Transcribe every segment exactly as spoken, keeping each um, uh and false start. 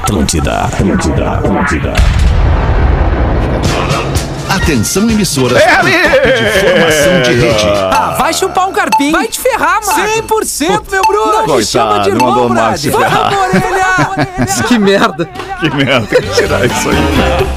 Atlântida, Atlântida, Atlântida. Atenção, emissoras. É ali! De formação de rede. Ah, vai chupar um carpinho. Vai te ferrar, mano. cem por cento, meu Bruno. Não Coitado, me chama de irmão, mandou mais se brother. ferrar. Vamos, orelha. Que merda. Que merda, tem que tirar isso aí.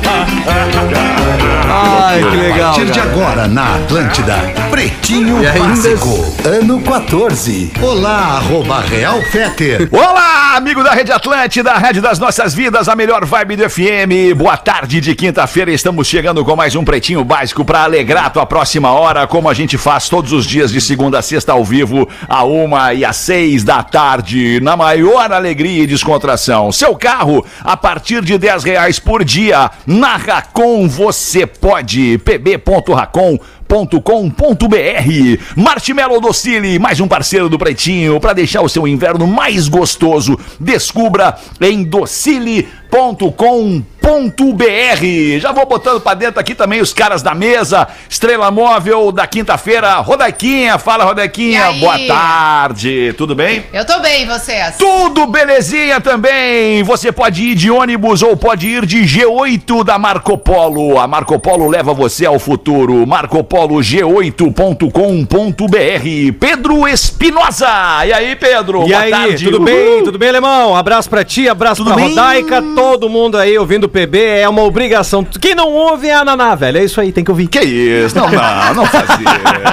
Ai, que A legal, partir de cara. agora na Atlântida, Pretinho E ainda- Básico, ano quatorze. Olá, arroba Real Feter. Olá, amigo da Rede Atlântida, a Rede das Nossas Vidas, a melhor vibe do F M. Boa tarde de quinta-feira, estamos chegando com mais um Pretinho Básico para alegrar a tua próxima hora, como a gente faz todos os dias de segunda a sexta ao vivo, a uma e às seis da tarde, na maior alegria e descontração. Seu carro, a partir de dez reais por dia, na Racon você pode, pb ponto racon ponto com ponto br. Marshmallow Docile, mais um parceiro do Pretinho, para deixar o seu inverno mais gostoso. Descubra em docile ponto com ponto br. Já vou botando pra dentro aqui também os caras da mesa. Estrela Móvel da quinta-feira, Rodequinha. Fala, Rodequinha. Boa tarde. Tudo bem? Eu tô bem, e vocês? Tudo belezinha também. Você pode ir de ônibus ou pode ir de G oito da Marco Polo. A Marco Polo leva você ao futuro. Marco Polo G oito ponto com ponto br. Pedro Espinosa. E aí, Pedro? E Boa aí, tarde. tudo Uhul. bem? Tudo bem, Alemão? Abraço pra ti, abraço Tudo pra bem? Rodaica, todo mundo aí ouvindo o P B, é uma obrigação. Quem não ouve é a Naná, velho, é isso aí, tem que ouvir. Que isso? Não, não, não fazia.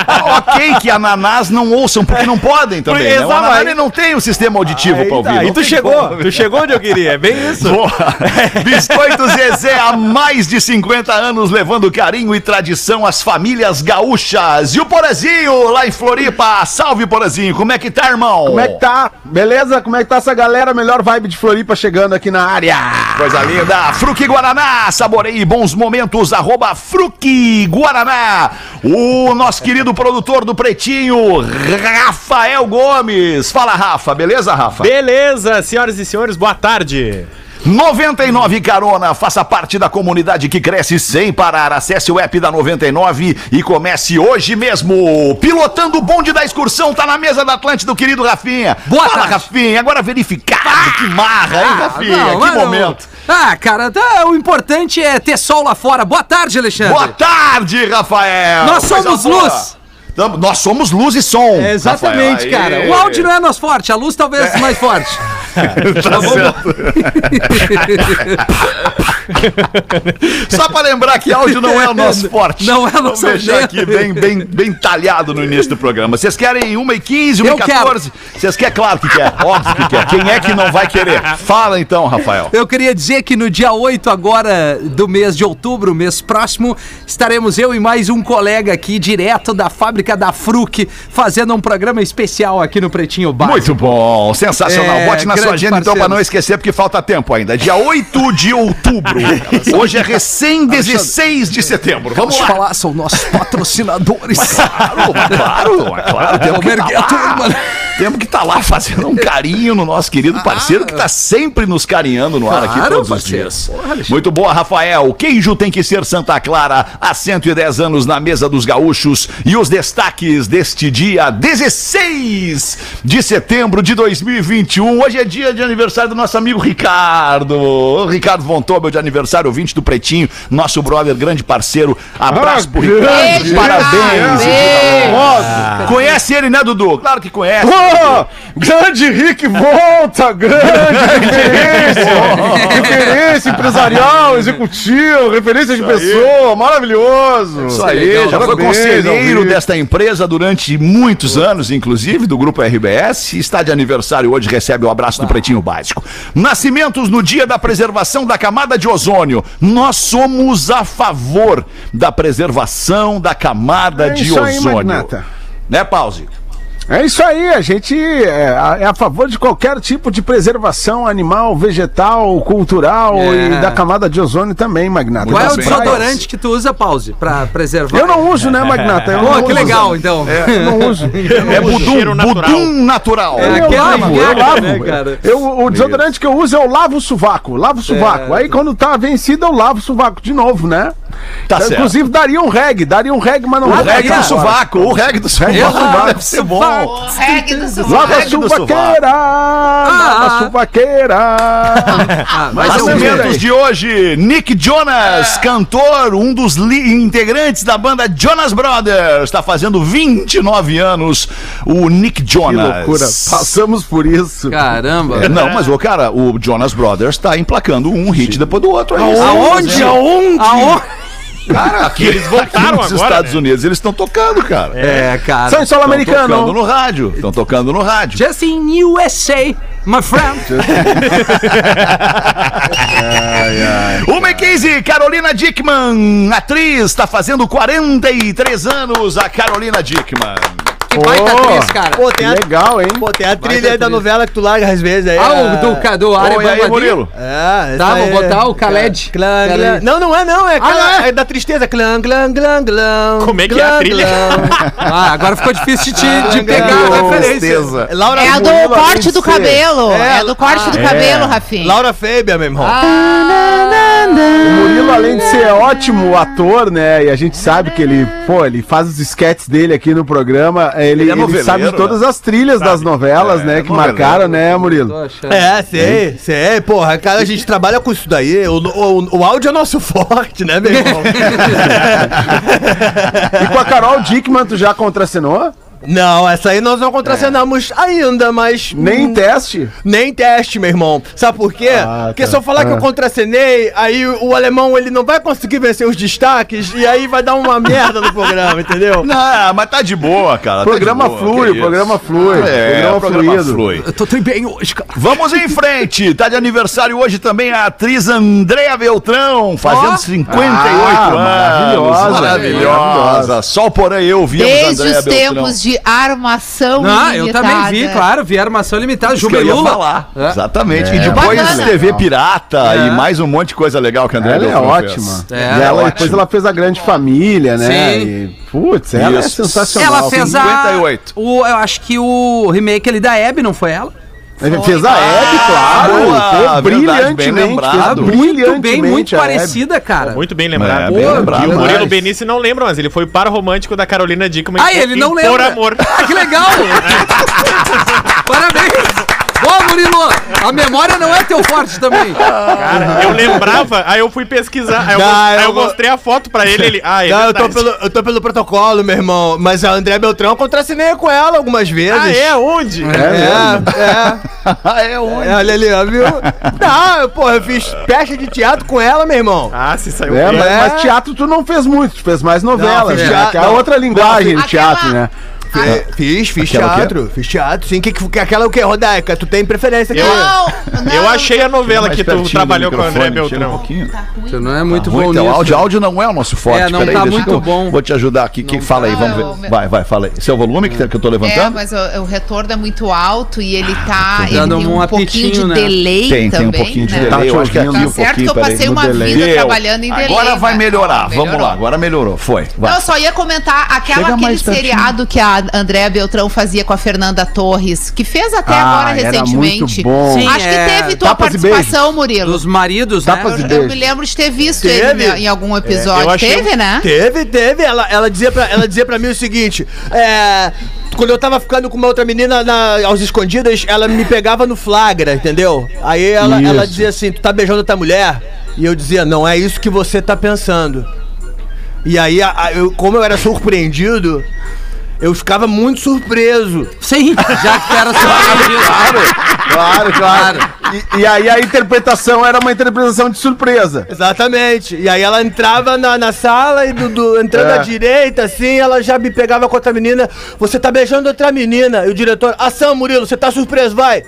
Ok que ananás não ouçam, porque não podem também, né? O Exato, ananás aí- ele não tem o sistema auditivo Aí pra ouvir. tá, não e tu tem chegou, como. tu chegou onde eu queria, é bem isso. Boa. Biscoito Zezé, há mais de cinquenta anos, levando carinho e tradição às famílias gaúchas. E o Porazinho, lá em Floripa. Salve, Porazinho. Como é que tá, irmão? Como é que tá? Beleza? Como é que tá essa galera? Melhor vibe de Floripa chegando aqui na área. Coisa linda. Fruque Guaraná, saboreie bons momentos, arroba Fruque Guaraná. O nosso querido produtor do Pretinho, Rafael Gomes. Fala, Rafa. Beleza, Rafa? Beleza, senhoras e senhores, boa tarde. noventa e nove Carona, faça parte da comunidade que cresce sem parar. Acesse o app da noventa e nove e comece hoje mesmo. Pilotando o bonde da excursão, tá na mesa da Atlântida, o querido Rafinha. Boa Fala, tarde. Rafinha, agora verificado, que marra, hein, Rafinha? não, que não. momento. Ah, cara, tá, o importante é ter sol lá fora. Boa tarde, Alexandre. Boa tarde, Rafael. Nós Coisa somos boa. luz. Tamo- Nós somos luz e som. É, exatamente, Rafael. cara. Aê. O áudio não é nosso forte, a luz talvez mais forte. Tá certo. Só pra lembrar que áudio não é o nosso forte. Não é o Vamos nosso deixar forte. aqui bem, bem, bem talhado no início do programa. Vocês querem uma e quinze, uma Eu e quatorze? Vocês querem? Claro que quer. Óbvio que quer. Quem é que não vai querer? Fala então, Rafael. Eu queria dizer que no dia oito agora do mês de outubro, mês próximo, estaremos eu e mais um colega aqui, direto da fábrica da Fruc, fazendo um programa especial aqui no Pretinho Básico. Muito bom, sensacional. É, Bote na sua grande agenda então parceiro. pra não esquecer, porque falta tempo ainda. Dia oito de outubro. Hoje é recém dezesseis de setembro. Vamos Vamos lá. falar, são nossos patrocinadores. Claro, claro, claro. Temos Vamos que erguer tá a turma. lá. Temos que estar lá fazendo um carinho no nosso querido parceiro que tá sempre nos carinhando no ar aqui Claro, todos os parceiro. dias. Porra, Alexandre. Muito boa, Rafael. Queijo tem que ser Santa Clara. Há cento e dez anos na mesa dos gaúchos. E os destaques deste dia dezesseis de setembro de dois mil e vinte e um. Hoje é dia de aniversário do nosso amigo Ricardo. O Ricardo Von Tobel de aniversário, ouvinte do Pretinho. Nosso brother, grande parceiro. Abraço Ah, pro Ricardo. beijo, Parabéns. beijo. Ah. Conhece ele, né, Dudu? Claro que conhece. Pô, grande Rick Volta, grande referência, referência empresarial, executivo, referência de pessoa, maravilhoso. Isso aí, já foi Parabéns, conselheiro Alvir. desta empresa durante muitos anos, inclusive, do Grupo R B S. Está de aniversário hoje, recebe o abraço do Pretinho Básico. Nascimentos no dia da preservação da camada de ozônio. Nós somos a favor da preservação da camada É de isso aí, ozônio. Magnata. Né, Pause? É isso aí, a gente é a, é a favor de qualquer tipo de preservação animal, vegetal, cultural É. e da camada de ozônio também, Magnata. Qual é Muito o bem. desodorante que tu usa, Pause, pra preservar? Eu não uso, né, Magnata? Eu não Pô, que uso. legal, então. Eu não uso. É budum, budum natural. É, Eu aquele lavo, eu vinagre, lavo. né, cara? Eu, o desodorante que eu uso é o lavo sovaco. Lavo sovaco. É. Aí quando tá vencido, eu lavo o sovaco de novo, né? Tá Então, certo. inclusive, daria um reggae, daria um reggae, mas não O vou reggae botar do agora. sovaco, o reggae do sovaco. sovaco. Deve ser bom. O reggae do sovaco. Lava a reggae do suvaqueira, lava a suvaqueira. Mas é um momentos vídeo aí. de hoje, Nick Jonas, cantor, um dos li- integrantes da banda Jonas Brothers, está fazendo vinte e nove anos, o Nick Que Jonas. loucura, passamos por isso. Caramba. É, não, mas o cara, o Jonas Brothers está emplacando um hit depois do outro. aí. Aonde? Aonde? Aonde? Cara, aqui eles voltaram nos agora, Estados né? Unidos, eles estão tocando, cara. É, cara. São em solo Estão americano. tocando no rádio. Estão tocando no rádio. Just in U S A, my friend. O Mackenzie, Carolina Dickman, atriz, está fazendo quarenta e três anos, a Carolina Dickman. Que baita Pô. atriz, cara. Pô, tem a, Legal, hein? pô, tem a trilha Baita aí da atriz. novela que tu larga às vezes aí. Ah, é- o do, do Área Oi, aí, Bambadinho. Murilo. É, Tá, essa vou aí. botar o Khaled. Clã, clã. Khaled. Não, não é não, é, Ah, não clã, é? é da tristeza. Clã, clã, clã, clã. Como é que é a clã, trilha? clã. Ah, agora ficou difícil de, te- de Ah, pegar legal. a referência. Tristeza. Laura É a do Murilo, além corte de do ser- cabelo. É, É, do corte do é. cabelo, Rafinha. Laura Fabian, meu irmão. O Murilo, além de ser ótimo ator, né? E a gente sabe que ele, pô, ele faz os sketches dele aqui no programa. Ele, Ele é ele noveleiro, sabe de todas as trilhas das novelas, É, né? Que noveleiro. marcaram, né, Murilo? Tô achando. É, sei, sei. Porra, cara, a gente trabalha com isso daí. O, o, o áudio é nosso forte, né, meu irmão? E com a Carol Dickman, tu já contracenou? Não, essa aí nós não contracenamos ainda, mas. Nem em teste? Nem teste, meu irmão. Sabe por quê? Ah, Porque tá. se eu falar que Ah. eu contracenei, aí o, o alemão ele não vai conseguir vencer os destaques e aí vai dar uma merda no programa, entendeu? Não, mas tá de boa, cara. O programa tá de boa, flui, que o isso. programa flui. É, programa o programa fluido. flui. Eu tô tão bem hoje, cara. Vamos em frente. Tá de aniversário hoje também a atriz Andréa Beltrão, fazendo Ó. cinquenta e oito Ah, anos. maravilhosa, Maravilhosa. maravilhosa. Só o Porã e eu vimos Desde Andréa os Beltrão. tempos de armação Ah, eu ilimitada. também vi, claro, vi Armação Limitada, Isso que eu ia Jubelula. falar. É. Exatamente. É. E depois Bacana. T V Pirata É. e mais um monte de coisa legal que a Andréa Ela é Beltrão ótima. fez. É, e ela, é depois ótima. ela fez a Grande Família, né? Sim. E, putz, ela Isso. é sensacional. Ela fez a. cinquenta e oito. O, eu acho que o remake ali da Hebe, não foi ela? Ela fez a Hebe, claro. boa, fez verdade, bem brilhantemente. lembrado. fez Muito bem, brilhantemente muito a Hebe. parecida, cara. Muito bem É, lembrado. bem Pô, lembrado. E o demais. Murilo Benício não lembra, mas ele foi o par romântico da Carolina Dickman. Ah, em- ele em não lembra. Por Amor. Ah, que legal! Parabéns! Boa, Murilo! A memória não é teu forte também. Cara, eu lembrava, aí eu fui pesquisar, aí eu, Não, mos- aí eu eu vou- mostrei a foto pra ele, ele... Ah, é Não, eu tô, verdade. pelo, eu tô pelo protocolo, meu irmão. Mas a André Beltrão eu contracenei com ela algumas vezes. Ah, é? Onde? É, é. Ah, é onde? É, olha ali, ó, viu? Não, porra, eu fiz peça de teatro com ela, meu irmão. Ah, se saiu É, bem. mas, É. mas teatro tu não fez muito, tu fez mais novelas, fiz né? teatro- Que é não. outra linguagem Não, de teatro, aquela- né? Fi- Fiz, fiz Aquela o quê? teatro, fiz teatro. Sim, que, que, aquela o que, Rodaica? Tu tem preferência aqui? Não, não. Eu achei a novela Mais que tu pertinho trabalhou do com a André microfone, chega um Beltrão. pouquinho. Você não é muito Ruim, bom teu nisso. áudio, áudio não é o nosso forte. É, não Peraí, tá deixa muito que eu bom. Vou te ajudar aqui. Quem fala aí? tá. Vamos Não, ver. eu- Vai, vai, fala aí. Esse é o volume que, que eu tô É, levantando? mas o, o retorno é muito alto e ele tá. Ele dando tem um um pouquinho apitinho, de né? delay Tem, tem também. um pouquinho de né? delay. Tá Eu te acho que ouvindo. aqui Tá um certo que pouquinho, eu peraí. passei no uma delay. vida Deu. trabalhando em delay. Agora vai mas- melhorar. Ó, Vamos melhorou. lá, agora melhorou. Foi. Vai. Não, eu só ia comentar aquela, Chega aquele mais pertinho. seriado que a Andréa Beltrão fazia com a Fernanda Torres, que fez até Ah, agora era recentemente. muito bom. Sim, Acho é, que teve tua Tapas e participação, Murilo. Dos maridos, Tapas né? e Eu, eu beijo. me lembro de ter visto Teve. ele em algum episódio. eu achei Teve, um- né? Teve, teve. Ela, ela, dizia pra, ela dizia pra mim o seguinte: é, quando eu tava ficando com uma outra menina na, aos escondidas, ela me pegava no flagra, entendeu? Aí ela, ela Isso. dizia assim: tu tá beijando outra mulher? E eu dizia: não é isso que você tá pensando. E aí, a- a- eu, como eu era surpreendido, eu ficava muito surpreso. Sim, já que era surpreendido. Claro, claro. E, e aí a interpretação era uma interpretação de surpresa. Exatamente. E aí ela entrava na, na sala e do, do- entrando É. à direita, assim, ela já me pegava com outra menina. Você tá beijando outra menina. E o diretor, ação, Murilo, você tá surpreso, vai.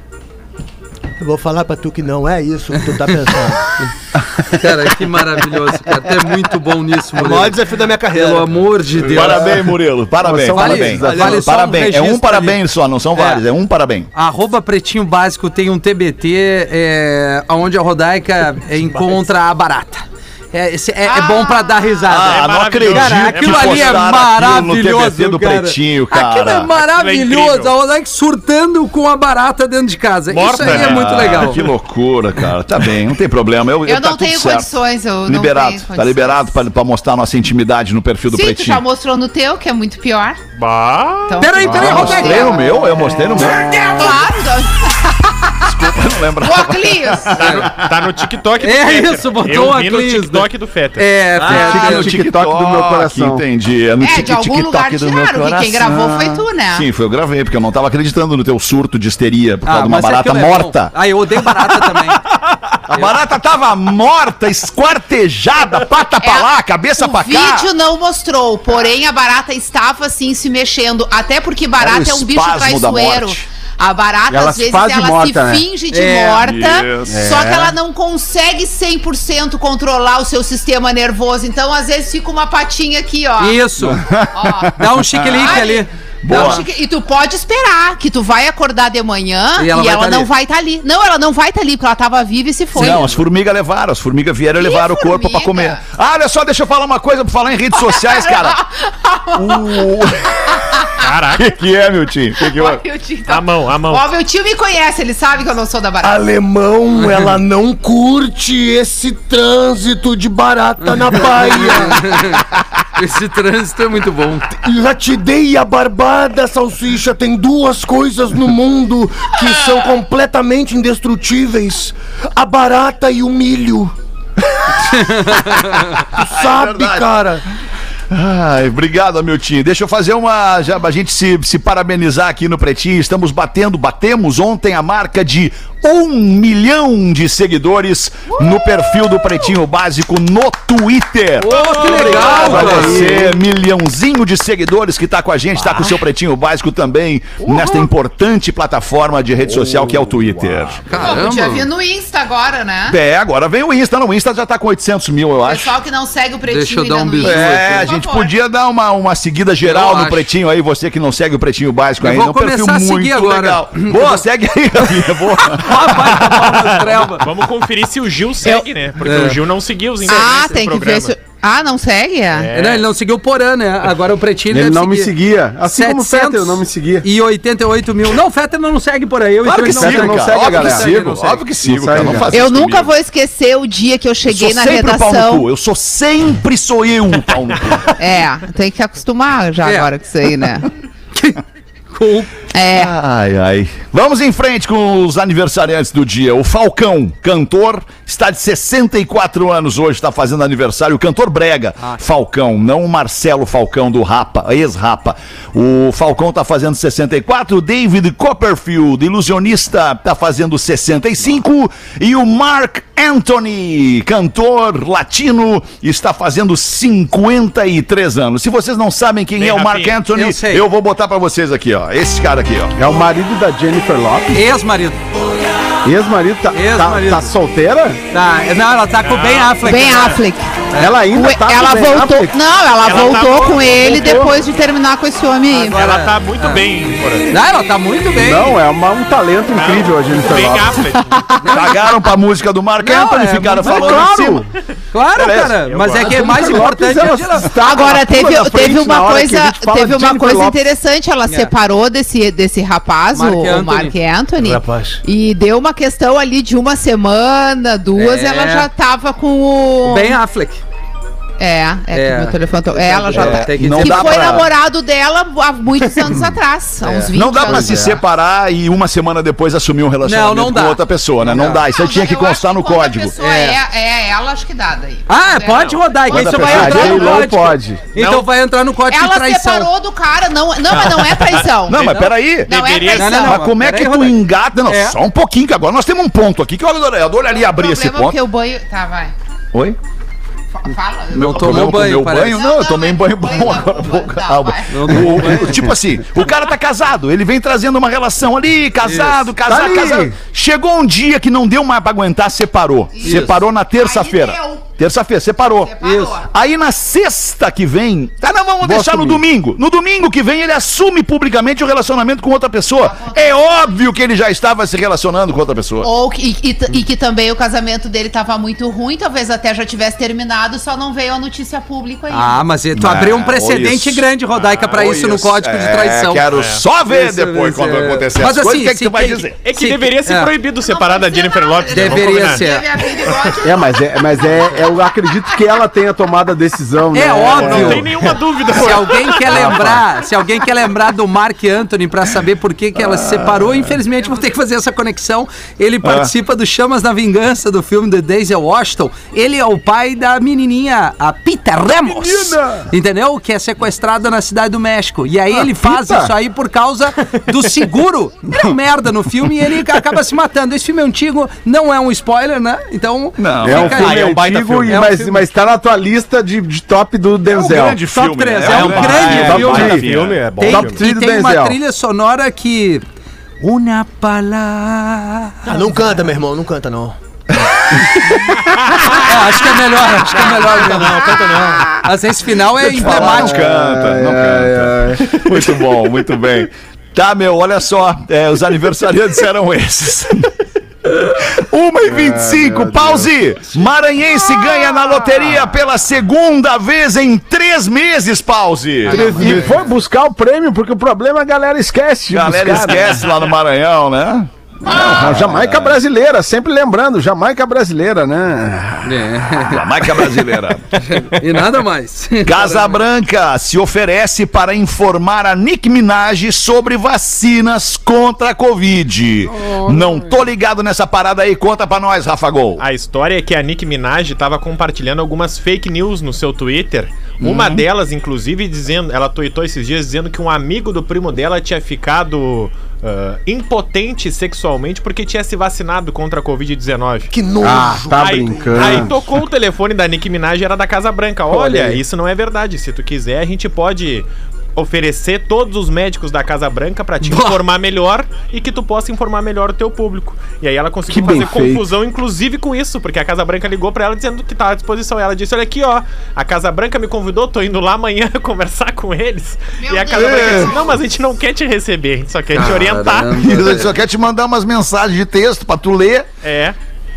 Eu vou falar pra tu que não é isso que tu tá pensando. Cara, que maravilhoso, cara. Tu é muito bom nisso, É o maior Murilo. desafio da minha carreira. Pelo amor de Deus. Parabéns, Murilo. Parabéns, São parabéns. vários, vale só um Parabéns. É um registro parabéns só, não são vários. É um parabéns. Arroba Pretinho Básico tem um T B T é, onde a Rodaica encontra a barata. É, esse é, é bom pra dar risada. Ah, É não acredito. Cara, aquilo que ali é postaram aquilo maravilhoso, no T V T do cara. Pretinho, cara. Aquilo é maravilhoso. incrível. A Oleg surtando com a barata dentro de casa. Morta, Isso aí é né? muito legal. Ah, que loucura, cara. Tá bem, não tem problema. Eu, Eu tá não tudo tenho certo. condições, eu não Liberado, tenho tá condições. liberado pra, pra mostrar nossa intimidade no perfil do Sim, tu Pretinho. já mostrou no teu, que é muito pior. Bah. Então, Peraí, peraí, Eu Roberto. mostrei no meu, eu mostrei no meu. Claro, Desculpa, eu não lembro. o Oclios. Tá no, tá no TikTok do É Fetter. isso, botou Eu o vi no Oclios, TikTok do Fetter. É, Ah, é, no é, TikTok do meu coração. Entendi. É no É, de tic- algum TikTok lugar do meu tiraram, que quem coração. gravou foi tu, né? Sim, foi eu gravei, porque eu não tava acreditando no teu surto de histeria por causa Ah, de uma mas barata aquilo é bom. morta. Ah, eu odeio barata também. A barata tava morta, esquartejada, pata pra É, lá, cabeça O pra cá. vídeo não mostrou, porém a barata estava assim se mexendo. Até porque barata Era o é um bicho espasmo da traiçoeiro. morte. A barata, Ela às se vezes, faz de ela morta, se né? finge de É. morta, Isso. só que ela não consegue cem por cento controlar o seu sistema nervoso. Então, às vezes, fica uma patinha aqui, ó. Isso. Ó. Dá um chiquelique Ali. ali. Dá um Boa. chique- E tu pode esperar que tu vai acordar de manhã E e ela ela, vai tá não ali. vai estar ali. Não, ela não vai estar ali, porque ela tava viva e se foi. Não, as formigas levaram, as formigas vieram e Que levaram o corpo pra formiga? comer. Ah, olha só, deixa eu falar uma coisa pra falar em redes sociais, cara. O Caraca. que, que é, meu tio? Que que Ó, é? meu tio tá- A mão, a mão. Ó, meu tio me conhece, ele sabe que eu não sou da barata. Alemão, ela não curte esse trânsito de barata na Bahia. Esse trânsito é muito bom. Já te dei a barbada, salsicha. Tem duas coisas no mundo que são completamente indestrutíveis: a barata e o milho. Tu sabe, verdade. cara. Ai, obrigado, Amiltinho. Deixa eu fazer uma. Já, a gente se, se parabenizar aqui no Pretinho. Estamos batendo, batemos ontem a marca de um milhão de seguidores no perfil do Pretinho Básico no Twitter. Ô, que legal, Obrigado a cara. você, milhãozinho de seguidores que tá com a gente, tá com o seu Pretinho Básico também, nesta importante plataforma de rede social que é o Twitter. Pô, podia vir no Insta agora, né? É, agora vem o Insta. Não, o Insta já tá com oitocentos mil, eu acho. Pessoal que não segue o Pretinho Deixa eu ainda dar um no bisu Insta. É, a Por gente favor. podia dar uma, uma seguida geral Eu no acho. Pretinho aí, você que não segue o Pretinho Básico Eu ainda. vou É um perfil começar a seguir muito agora. legal. Boa, segue aí, Rafinha, boa. Rapaz, tá pau nas trevas. Vamos conferir se o Gil segue, né? Porque É. o Gil não seguiu os integrantes Ah, do tem que programa. ver se... Ah, não segue? É. É. Não, ele não seguiu o Porã, né? Agora o Pretinho Ele deve não me seguir. seguia. Assim como o Fetter não me seguia. E oitenta e oito mil. Não, o Fetter não nos segue por aí. Eu Claro que e tu não sigo, não cara. segue a Óbvio que galera. sigo, Não segue. óbvio que sigo, Não cara. segue, Não cara. faz Eu isso nunca comigo. vou esquecer o dia que eu Eu cheguei sou na sempre o pau no redação. cu. Eu sou sempre sou eu o pau no cu. É, tem que acostumar já É. agora com isso aí, né? Com... É. Ai, ai. Vamos em frente com os aniversariantes do dia. O Falcão, cantor, está de sessenta e quatro anos hoje, está fazendo aniversário. O cantor brega, Falcão, não o Marcelo Falcão do Rapa, ex-Rapa. O Falcão está fazendo sessenta e quatro, o David Copperfield, ilusionista, está fazendo sessenta e cinco. E o Mark Anthony, cantor latino, está fazendo cinquenta e três anos. Se vocês não sabem quem Bem é o Mark rapidinho. Anthony, Eu sei. eu vou botar para vocês aqui, ó. Esse cara aqui, ó. É o marido da Jennifer Lopez. Ex-marido. Ex-marido. Tá, tá, Ex-marido. tá solteira? Tá, não, ela tá com o Ben Affleck. Ben Affleck. Ela ainda Ué, tá com ela o Ben voltou. Affleck? Não, ela, Ela voltou tá- com ele voltou. depois de terminar com esse homem aí. Agora- Ela tá muito bem, Porã. Não, ela tá muito bem. Não, é uma- um talento incrível a Jennifer Bem Lopez. Affleck. Cagaram pra música do Mark Não, Anthony, é, ficaram mas falando claro. em cima. Claro, Beleza, cara. eu Mas é gosto. que é mais Jennifer importante. Lopez, é ela ela- está Agora na teve, pula da teve frente uma na hora que a coisa, gente fala teve de uma Jennifer coisa Lopez. interessante. Ela separou desse, desse rapaz, Mark o, o Anthony. Mark Anthony, Rapaz. e deu uma questão ali de uma semana, duas, É. ela já tava com o. Ben Affleck. É, é, É. que meu telefone. to- Ela já É, tá. tem que não Que dá foi pra- namorado dela há muitos anos atrás, há uns vinte Não dá pra anos. se separar e uma semana depois assumir um relacionamento Não, não dá. com outra pessoa, né? Não, Não. dá. Isso aí Não, tinha que eu constar acho no quando a código. pessoa É. É. é ela, acho que dá daí. Ah, É, pode não. rodar, que Quando isso a vai pessoa- entrar no J-Lo código. pode. Então Não. vai entrar no código de Ela traição. separou do cara, não, não, mas não é traição. Não, mas peraí. Não é Deveria- traição. Não, não, Mas não. como é Pera que aí, tu Rodaica. engata? Não, É. só um pouquinho, que agora nós temos um ponto aqui que eu adoraria, adoraria abrir O esse problema é ponto. porque o banho... Tá, vai. Oi? Fa- Fala. Não O tomou problema com o banho, meu parece. banho? Não, Não, eu não, tomei mas banho banho bom não, agora. banho tá, Ah, vai. o- o- Tipo assim, o cara tá casado, ele vem trazendo uma relação ali, casado, Isso. casado, Tá ali. casado. Chegou um dia que não deu mais pra aguentar, separou. Isso. Separou na terça-feira. Aí deu. Terça-feira, separou. Separou. Isso. Aí na sexta que vem, tá, não, vamos Vou deixar assumir. no domingo. No domingo que vem ele assume publicamente o relacionamento com outra pessoa. É óbvio que ele já estava se relacionando com outra pessoa. Ou que, e, e- e que também o casamento dele tava muito ruim, talvez até já tivesse terminado, só não veio a notícia pública ainda. Ah, mas tu abriu um precedente isso. grande, Rodaica, pra isso no Código de Traição. É, quero só ver Isso, depois isso, quando é. acontecer Mas as coisas, assim, o que, é que se tu vai tem- dizer? É que Se- deveria ser é. proibido separar da Jennifer Lopes. né? Vamos Deveria combinar. ser. Teve a bigode. É, mas, é, mas é, eu acredito que ela tenha tomado a decisão, né? É óbvio. Não tem nenhuma dúvida. Se alguém quer lembrar, se alguém quer lembrar do Mark Anthony pra saber por que, que ela se separou, infelizmente vou ter que fazer essa conexão. Ele participa do Chamas na Vingança, do filme The Denzel Washington. Ele é o pai da menininha, a Pita Ramos. Entendeu? Que é sequestrada na cidade do México. E aí ele faz Pita? isso aí por causa do seguro. Ele é um merda no filme e ele acaba se matando. Esse filme é antigo, não é um spoiler, né? Então, Não. É um fica filme aí. é um baita antigo, filme. e- É um mas, filme. mas tá na tua lista de, de top do É um Denzel. grande Top filme, três, né? é um baita grande filme. filme. Baita filme, é bom. Tem, Top e três do tem uma Denzel. trilha sonora que... Una palavra... Ah, não canta, meu irmão, não canta não. É, acho que é melhor, acho que é melhor. Não, não, canta não. Mas esse final é Não emblemático. canta, não canta. Muito bom, muito bem. Tá, meu, olha só, é, os aniversariantes eram esses. uma e vinte e cinco, pause! Maranhense ganha na loteria pela segunda vez em três meses, pause! E foi buscar o prêmio, porque o problema é a galera esquece. de Galera buscar, né? esquece lá no Maranhão, né? A Jamaica brasileira, sempre lembrando, Jamaica brasileira, né? Jamaica brasileira. E nada mais. Casa Branca se oferece para informar a Nicki Minaj sobre vacinas contra a Covid. Não tô ligado nessa parada aí, conta pra nós, Rafa Gol. A história é que a Nicki Minaj estava compartilhando algumas fake news no seu Twitter. Uma delas, inclusive, dizendo, ela tweetou esses dias dizendo que um amigo do primo dela tinha ficado ah, impotente sexualmente porque tinha se vacinado contra a covid dezenove. Que nojo. Ah, tá aí, brincando. aí tocou o telefone da Nicki Minaj, era da Casa Branca. Olha, aí. isso não é verdade. Se tu quiser, a gente pode oferecer todos os médicos da Casa Branca pra te informar melhor e que tu possa informar melhor o teu público. E aí ela conseguiu Que bem fazer feito. confusão, inclusive com isso, porque a Casa Branca ligou pra ela dizendo que tá à disposição. Ela disse, olha aqui, ó, a Casa Branca me convidou, tô indo lá amanhã conversar com eles. Meu e a Casa Deus. Branca disse, não, mas a gente não quer te receber, a gente só quer te orientar. Ele só quer te mandar umas mensagens de texto pra tu ler. É.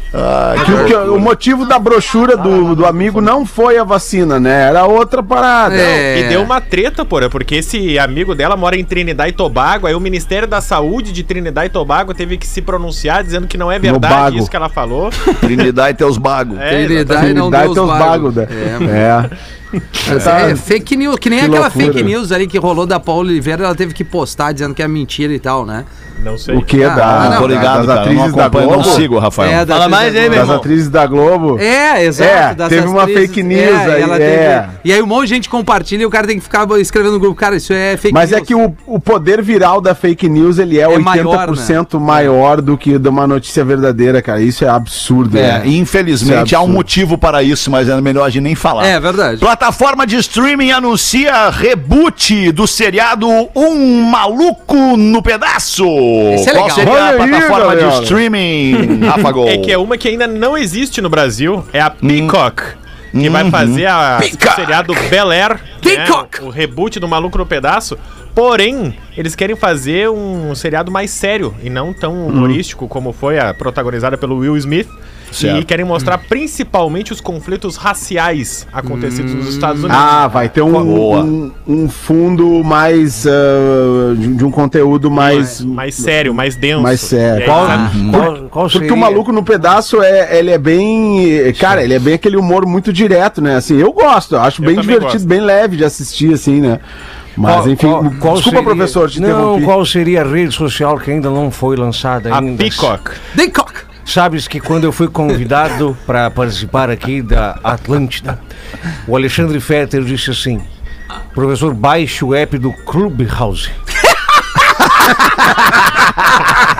Que o, que o motivo da brochura do, do amigo não foi a vacina, né? Era outra parada. É. E deu uma treta, porra, porque esse amigo dela mora em Trinidad e Tobago, aí o Ministério da Saúde de Trinidad e Tobago teve que se pronunciar dizendo que não é verdade bago. isso que ela falou. Trinidad e teus bagos. É, Trinidad não Dá deu os teus bagos. bagos, né? É, É. Mas é fake news, que nem Que aquela loucura. fake news ali que rolou da Paula Oliveira, ela teve que postar dizendo que é mentira e tal, né? Não sei. O que Ah, da, não, Tô ligado, das cara. Não atrizes da acompanho, não Globo? sigo, Rafael. É, da Fala atriz mais da aí, meu Globo. Das irmão. atrizes da Globo. É, exato. É, das teve uma atrizes. fake news aí, ela é. E aí um monte de gente compartilha e o cara tem que ficar escrevendo no grupo, cara, isso é fake Mas news. é que o, o poder viral da fake news, ele é, É oitenta por cento maior, do que de uma notícia verdadeira, cara. Isso é absurdo, É, né? infelizmente Isso é há um absurdo. motivo para isso, mas é melhor a gente nem falar. É verdade. Plataforma de streaming anuncia reboot do seriado Um Maluco no Pedaço. Esse é Qual legal. seria a Olha aí, plataforma galera. de streaming, Rafa Gol? É que é uma que ainda não existe no Brasil, é a Peacock. Que vai fazer a, Peacock. o seriado Bel Air, né, Peacock. o reboot do Maluco no Pedaço. Porém, eles querem fazer um seriado mais sério e não tão humorístico como foi a protagonizada pelo Will Smith. Certo. E querem mostrar principalmente os conflitos raciais acontecidos nos Estados Unidos. Ah, vai ter um, Boa. um, um fundo mais. ah, de, de um conteúdo mais. mais sério, mais denso. mais sério. E aí, Qual- sabe, Qual, qual Porque seria? o Maluco no Pedaço, é, ele é bem. Cara, ele é bem aquele humor muito direto, né? Assim, eu gosto, eu acho Eu bem também divertido, gosto. bem leve de assistir, assim, né? Mas, Qual- enfim, qual- qual desculpa, seria- professor, te Não, interrompi. qual seria a rede social que ainda não foi lançada a ainda? Peacock. Peacock. Sabes que quando eu fui convidado para participar aqui da Atlântida, o Alexandre Fetter disse assim: professor, baixe o app do Clubhouse.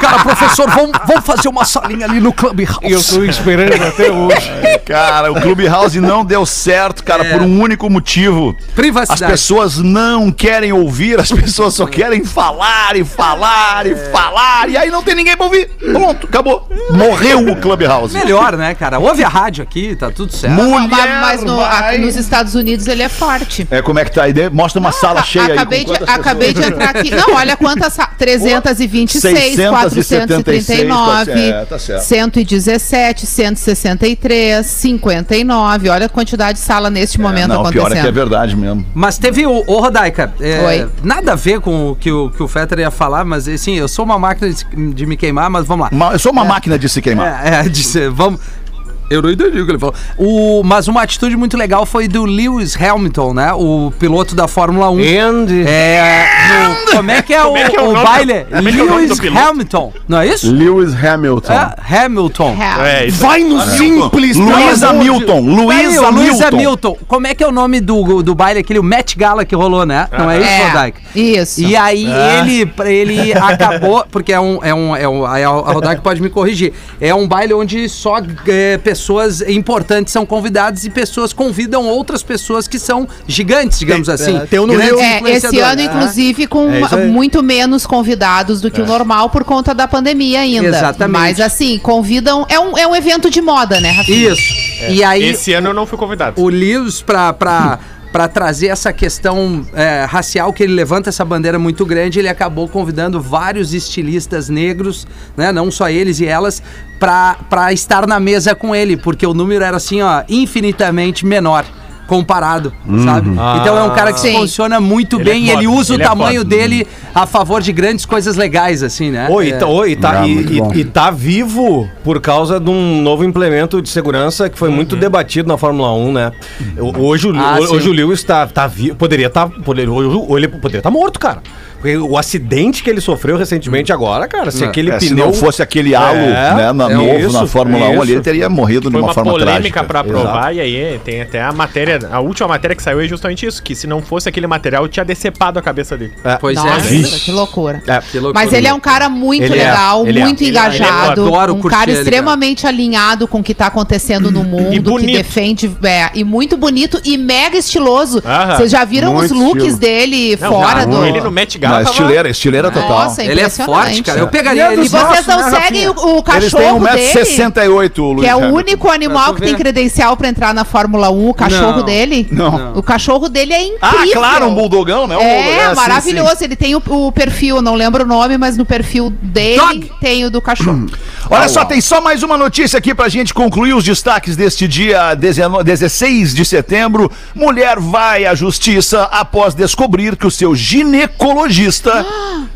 cara, professor, vamos, vamos fazer uma salinha ali no Clubhouse. Eu tô esperando até hoje. Cara, o Clubhouse não deu certo, cara, É. por um único motivo. As Privacidade. pessoas não querem ouvir, as pessoas só querem falar e falar e falar, e aí não tem ninguém pra ouvir. Pronto, acabou. Morreu o Clubhouse. Melhor, né, cara? Ouve a rádio aqui, tá tudo certo. Mulher Mas, mas no- vai- aqui nos Estados Unidos ele é forte. É, como é que tá aí? Mostra uma sala A- cheia acabei aí. com de, quantas acabei de entrar aqui. Não, olha quantas. sa- trezentos e vinte e seis, quatrocentos e trinta e nove, É, tá certo. cento e dezessete, cento e sessenta e três, cinquenta e nove. Olha a quantidade de sala neste momento Não, o pior é que é acontecendo. verdade mesmo. Mas teve o. Ô, Rodaica, é, Oi. nada a ver com o que o, que o Fetter ia falar, mas assim, eu sou uma máquina de, de me queimar, mas vamos lá. Uma- eu sou uma máquina de se queimar. É, é, disse, vamos. Eu não entendi o que ele falou. O, mas uma atitude muito legal foi do Lewis Hamilton, né? O piloto da Fórmula um. And... É. no- como é que é, Como é que é o, o o nome baile? do- como é que é o nome Lewis do piloto? Hamilton, não é isso? Lewis Hamilton. É, Hamilton. É, isso. Vai no simples, Luiz pelo amor de- Hamilton, Peraí, Luiz o Luiz Hamilton. Hamilton. Como é que é o nome do, do baile, aquele o Met Gala que rolou, né? Não é isso, É, Rodaica? isso. E aí ele, ele acabou, porque é um, é um, é um aí a Rodaica pode me corrigir, é um baile onde só é, pessoas importantes são convidadas e pessoas convidam outras pessoas que são gigantes, digamos assim. é, tem um no Grandes Rio. É, esse influenciadores. ano, inclusive, com É isso aí. muito menos convidados do que o normal por conta da pandemia ainda. Exatamente. Mas assim, convidam. É um, é um evento de moda, né, Rafinha? Isso. E aí Esse ano eu não fui convidado. o Lewis pra, pra, pra trazer essa questão é, racial, que ele levanta essa bandeira muito grande, ele acabou convidando vários estilistas negros, né, não só eles e elas, pra, pra estar na mesa com ele, porque o número era assim, ó, infinitamente menor comparado, sabe? Então é um cara que se Sim. posiciona muito Ele é bem, foda, ele usa ele o é tamanho foda. dele a favor de grandes coisas legais, assim, né? Oi, É. tá, oi, tá, Ah, e, muito e- bom. e tá vivo por causa de um novo implemento de segurança que foi muito debatido na Fórmula um, né? O- Hoje, o- Ah, hoje sim. o Lewis tá, tá vivo, poderia estar, poderia, ou ele poderia estar morto, cara. Porque o acidente que ele sofreu recentemente agora, cara, se É, aquele É, se pneu... não fosse aquele halo, É, né, na, é novo isso, na Fórmula um ali, isso. ele teria morrido de Foi uma, uma forma polêmica trágica. pra provar, e aí tem até a matéria, a última matéria que saiu é justamente isso, que se não fosse aquele material, tinha decepado a cabeça dele. Pois Nossa, é. que loucura. É, Que loucura. Mas ele é um cara muito Ele é, legal, ele é. muito Ele é. engajado, Eu adoro um curtir cara ele, extremamente alinhado com o que está acontecendo no mundo, bonito. que defende, é, e muito bonito e mega estiloso. Aham. Vocês já viram Muito os looks estilo. dele Não, fora já, do... Ele no Met Não, Gala tava... estileira, estileira total. Nossa, Ele é forte, cara. Eu pegaria E ele. E vocês não né, seguem o, o Eles têm cachorro um metro e dele? sessenta e oito, o Luiz Que é o Hamilton. único animal Pra tu que tem ver. credencial pra entrar na Fórmula um, o cachorro Não. dele. Não. O cachorro dele é incrível. Ah, claro, um buldogão, né? Um É, bulldog, sim, maravilhoso. sim. Ele tem o, o perfil, não lembro o nome, mas no perfil dele Dog. tem o do cachorro. Olha só, tem só mais uma notícia aqui pra gente concluir os destaques deste dia dezenove dezesseis de setembro. Mulher vai à justiça após descobrir que o seu ginecologista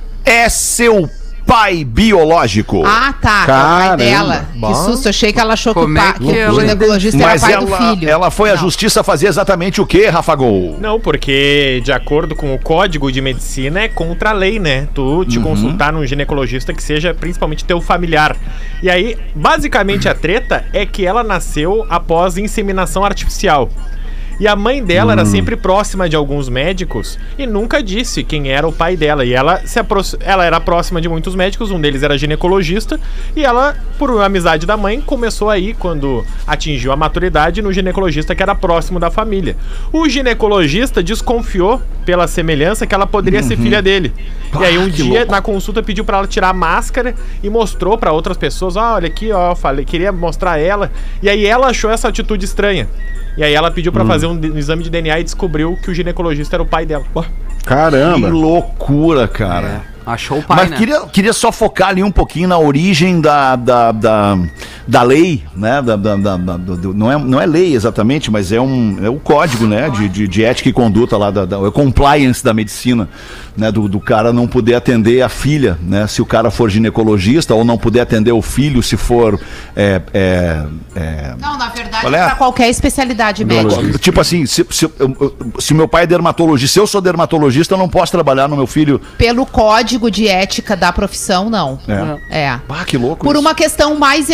é seu pai biológico. Ah, tá. Que é o pai Caramba. dela. Que susto, achei que ela achou que o, Como é pai, que que o ela ginecologista era Mas pai do ela, filho. ela foi à Não. justiça fazer exatamente o que, Rafa Gol? Não, porque de acordo com o Código de Medicina é contra a lei, né? Tu te consultar num ginecologista que seja principalmente teu familiar. E aí, basicamente a treta é que ela nasceu após inseminação artificial. E a mãe dela era sempre próxima de alguns médicos e nunca disse quem era o pai dela. E ela, se apro- ela era próxima de muitos médicos, um deles era ginecologista. E ela, por amizade da mãe, começou aí, quando atingiu a maturidade, no ginecologista que era próximo da família. O ginecologista desconfiou, pela semelhança, que ela poderia ser filha dele. E aí um dia, na consulta, pediu pra ela tirar a máscara e mostrou pra outras pessoas: ah, olha aqui, ó, falei, queria mostrar ela. E aí ela achou essa atitude estranha. E aí ela pediu pra fazer um, de- um exame de D N A e descobriu que o ginecologista era o pai dela. Que Caramba. loucura, cara. Achou o pai, Mas né? queria, queria só focar ali um pouquinho na origem da, da, da, da lei, né? Da, da, da- da- do- não, é, não é lei exatamente, mas é, um, é o código, né? De, de, de ética e conduta lá, da, da, é o compliance da medicina, né? Do, do cara não poder atender a filha, né? Se o cara for ginecologista, ou não poder atender o filho se for... É, é, é, Não, na verdade, Qual é? é pra qualquer especialidade médica. tipo assim, se, se, eu- eu- se meu pai é dermatologista, se eu sou dermatologista, eu não posso trabalhar no meu filho. Pelo código de ética da profissão, não. É. É. Ah, que louco Por isso. uma questão mais emocional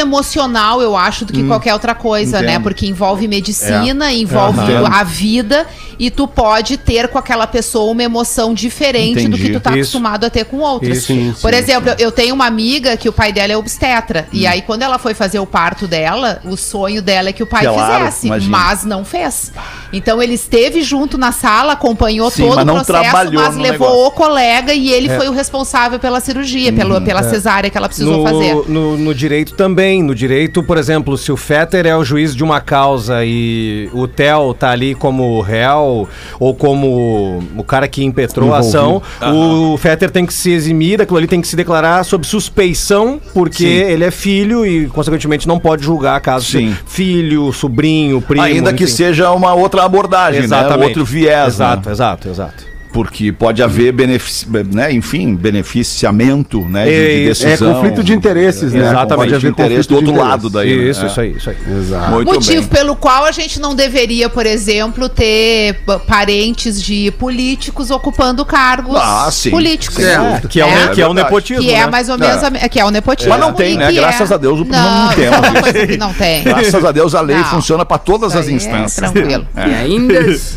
emocional, eu acho, do que hum. qualquer outra coisa, Entendo. né? Porque envolve medicina, é. envolve uhum. a vida, e tu pode ter com aquela pessoa uma emoção diferente Entendi. do que tu tá Isso. acostumado a ter com outras. Isso, sim, Por sim, exemplo, sim. eu tenho uma amiga que o pai dela é obstetra, hum. e aí quando ela foi fazer o parto dela, o sonho dela é que o pai claro, fizesse, imagina. mas não fez. Então ele esteve junto na sala, acompanhou sim, todo o processo, mas levou negócio. o colega e ele é. foi o responsável pela cirurgia, hum, pela, pela é. cesárea que ela precisou no, fazer. No, no direito também, no direito, por exemplo, se o Fetter é o juiz de uma causa e o Theo tá ali como réu ou como o cara que impetrou a ação, uhum. o Fetter tem que se eximir, aquilo ali tem que se declarar sob suspeição, porque Sim. ele é filho e, consequentemente, não pode julgar caso seja filho, sobrinho, primo. Ainda enfim. que seja uma outra abordagem, Exatamente. né? Outro viés. Exato, né? exato, exato. Porque pode haver benefici... né? enfim, beneficiamento, né? De, de decisão. É conflito de interesses, né? Exatamente. Pode haver interesse do outro interesse. lado daí. Isso, né? isso aí, isso aí. Exato. Muito Motivo bem. pelo qual a gente não deveria, por exemplo, ter parentes de políticos ocupando cargos ah, sim. políticos. É. Que, é, é, o, que é o nepotismo. Que é né? mais ou menos é. A, que é o nepotismo. Mas não tem, né? Graças é... a Deus não, não, não temos. É coisa que não tem. Graças a Deus a lei não. funciona para todas as instâncias. É tranquilo. É. E ainda...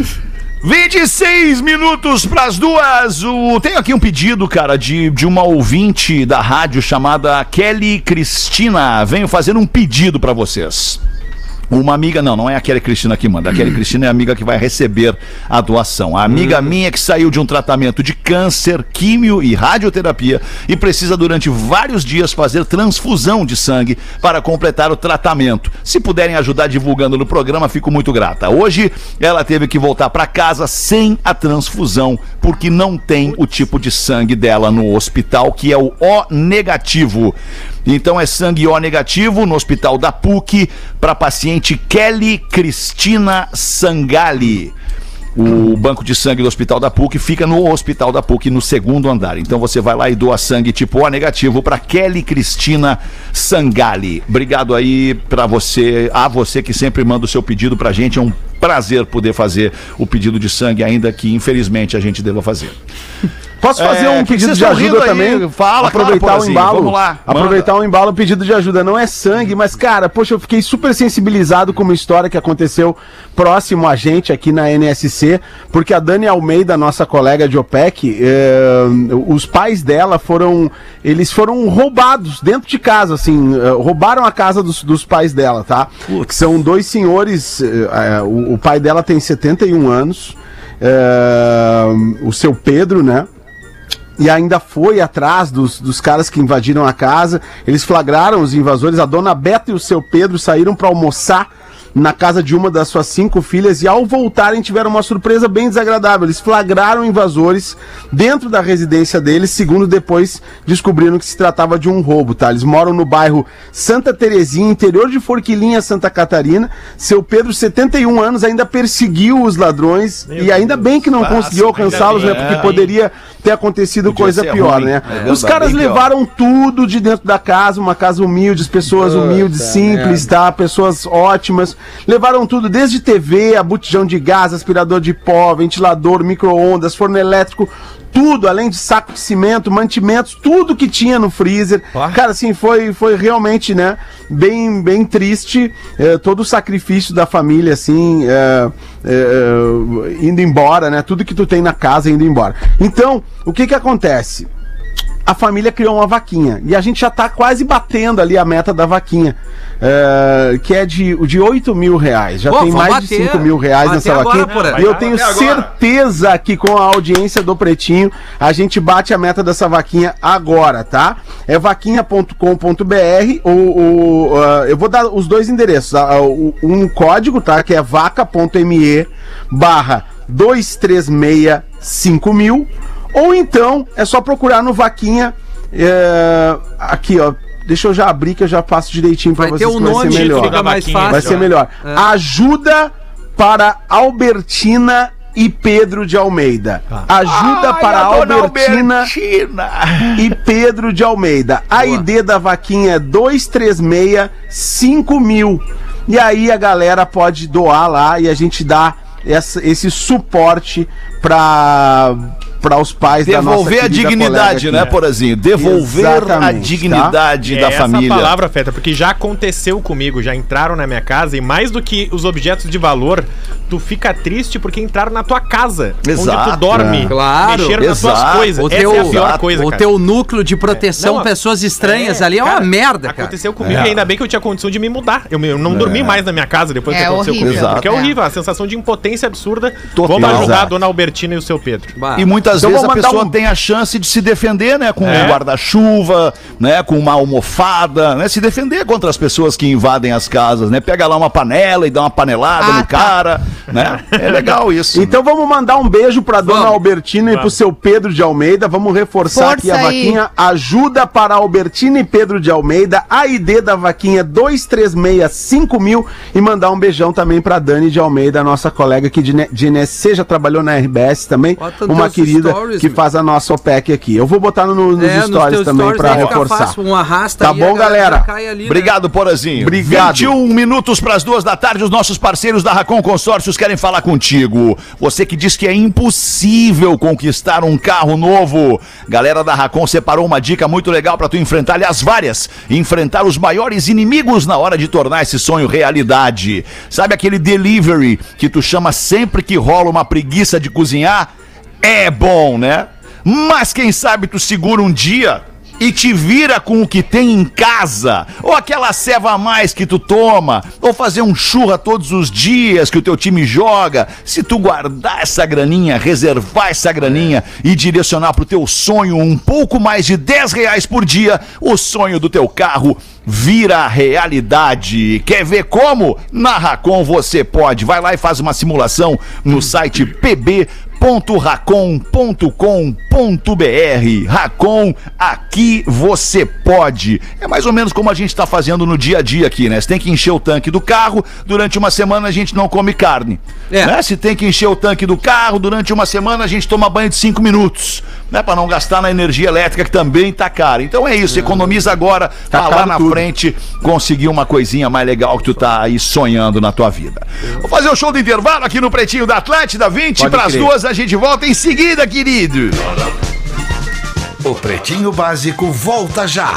vinte e seis minutos para as duas. O... Tenho aqui um pedido, cara, de, de uma ouvinte da rádio chamada Kelly Cristina. Venho fazer um pedido para vocês. Uma amiga, não, não é a Kelly Cristina que manda. A Kelly Cristina é a amiga que vai receber a doação. A amiga hum. minha que saiu de um tratamento de câncer, químio e radioterapia e precisa durante vários dias fazer transfusão de sangue para completar o tratamento. Se puderem ajudar divulgando no programa, fico muito grata. Hoje ela teve que voltar para casa sem a transfusão porque não tem o tipo de sangue dela no hospital, que é o O negativo. Então é sangue O negativo no hospital da P U C para paciente Kelly Cristina Sangali. O banco de sangue do hospital da P U C fica no hospital da P U C, no segundo andar. Então você vai lá e doa sangue tipo O negativo para Kelly Cristina Sangali. Obrigado aí para você, a você que sempre manda o seu pedido pra gente. É um prazer poder fazer o pedido de sangue, ainda que infelizmente a gente deva fazer. Posso fazer é, um pedido de ajuda também? Aí? Fala, aproveitar claro, o embalo. Vamos lá. Aproveitar o embalo, pedido de ajuda. Não é sangue, mas, cara, poxa, eu fiquei super sensibilizado com uma história que aconteceu próximo a gente aqui na N S C, porque a Dani Almeida, nossa colega de OPEC, eh, os pais dela foram, eles foram roubados dentro de casa, assim, eh, roubaram a casa dos, dos pais dela, tá? Que são dois senhores, eh, o, o pai dela tem setenta e um anos, eh, o seu Pedro, né? E ainda foi atrás dos, dos caras que invadiram a casa. Eles flagraram os invasores. A dona Beta e o seu Pedro saíram para almoçar na casa de uma das suas cinco filhas e ao voltarem tiveram uma surpresa bem desagradável. Eles flagraram invasores dentro da residência deles, segundo depois descobriram que se tratava de um roubo, tá? Eles moram no bairro Santa Terezinha, interior de Forquilinha, Santa Catarina. Seu Pedro, setenta e um anos, ainda perseguiu os ladrões. Meu e ainda Deus, bem que não fácil, conseguiu alcançá-los, né? Porque poderia ter acontecido Podia coisa pior, ruim, né? É os caras levaram pior. tudo de dentro da casa, uma casa humilde, as pessoas oh, humildes, tá, simples, merda. tá? Pessoas ótimas. Levaram tudo, desde T V, a botijão de gás, aspirador de pó, ventilador, micro-ondas, forno elétrico, tudo, além de saco de cimento, mantimentos, tudo que tinha no freezer. Ah. Cara, assim, foi, foi realmente, né, bem, bem triste, é, todo o sacrifício da família, assim, é, é, indo embora, né, tudo que tu tem na casa indo embora. Então, o que que acontece? A família criou uma vaquinha e a gente já tá quase batendo ali a meta da vaquinha, é, que é de, de oito mil reais. Já Pô, tem mais bater, de cinco mil reais nessa vaquinha. Agora, e eu tenho certeza que com a audiência do Pretinho a gente bate a meta dessa vaquinha agora, tá? É vaquinha ponto com ponto b r. ou, ou, uh, eu vou dar os dois endereços. Uh, um código, tá? Que é vaca.me barra dois três seis cinco mil. Ou então, é só procurar no Vaquinha, é, aqui ó, deixa eu já abrir que eu já faço direitinho para vocês, um vai ser melhor. Fica mais fácil. Vai ser melhor. É. Ajuda para Albertina e Pedro de Almeida. Ajuda Ai, para Albertina, Albertina e Pedro de Almeida. A Boa. I D da Vaquinha é dois três seis cinco mil. E aí a galera pode doar lá e a gente dá essa, esse suporte para para os pais da nossa Devolver a dignidade, né, Porazinho? Devolver a dignidade tá? da é família. Essa palavra, Feta, porque já aconteceu comigo, já entraram na minha casa e mais do que os objetos de valor, tu fica triste porque entraram na tua casa, Exato, onde tu dorme, é. Claro, mexeram nas exato. tuas coisas. O Essa teu, é a pior exato. coisa, o cara. teu núcleo de proteção, Não, pessoas estranhas é, ali, é uma cara, merda, cara. Aconteceu comigo É. e ainda bem que eu tinha condição de me mudar. Eu, me- eu não dormi mais na minha casa depois É que aconteceu horrível. comigo. Porque é Exato. horrível, a sensação de impotência absurda. Total. Vamos ajudar a Exato. dona Albertina e o seu Pedro. Bah. E muitas Então vezes a vou mandar pessoa um- tem a chance de se defender, né? Com É. um guarda-chuva, né? Com uma almofada, né? Se defender contra as pessoas que invadem as casas, né? Pega lá uma panela e dá uma panelada Ah, no tá. cara, né? É legal isso. Então vamos mandar um beijo pra dona Vamos. Albertina e pro seu Pedro de Almeida. Vamos reforçar Força aqui a aí. vaquinha. Ajuda para Albertina e Pedro de Almeida. A I D da vaquinha dois três seis cinco mil. E mandar um beijão também pra Dani de Almeida, nossa colega aqui de, Ne- de N S C, já trabalhou na R B S também. Bota nos Uma teus querida stories, que meu. faz a nossa O P E C aqui. Eu vou botar no, nos É, nos stories teus também stories pra aí fica reforçar. fácil, um arrasta Tá aí, bom, a galera? já cai ali, né? Obrigado, Porazinho. Obrigado. vinte e um minutos para as duas da tarde, os nossos parceiros da Racon Consórcios querem falar contigo. Você que diz que é impossível conquistar um carro novo. Galera da Racon separou uma dica muito legal para tu enfrentar, aliás, várias. Enfrentar os maiores inimigos na hora de tornar esse sonho realidade. Sabe aquele delivery que tu chama sempre que rola uma preguiça de cozinhar? É bom, né? Mas quem sabe tu segura um dia e te vira com o que tem em casa, ou aquela ceva a mais que tu toma, ou fazer um churra todos os dias que o teu time joga. Se tu guardar essa graninha, reservar essa graninha e direcionar pro teu sonho um pouco mais de dez reais por dia, o sonho do teu carro vira realidade. Quer ver como? Na Racon você pode. Vai lá e faz uma simulação no site p b ponto racon ponto com ponto b r. Racon, aqui você pode. É mais ou menos como a gente está fazendo no dia a dia aqui, né? Você tem que encher o tanque do carro, durante uma semana a gente não come carne. É. Né? Se tem que encher o tanque do carro, durante uma semana a gente toma banho de cinco minutos, né? Para não gastar na energia elétrica, que também tá cara. Então é isso, economiza agora, Tá tá lá caro na tudo. frente, conseguir uma coisinha mais legal que tu tá aí sonhando na tua vida. Vou fazer o show do intervalo aqui no Pretinho da Atlântida, vinte Pode para as crer. duas, a gente volta em seguida, querido. O Pretinho Básico volta já.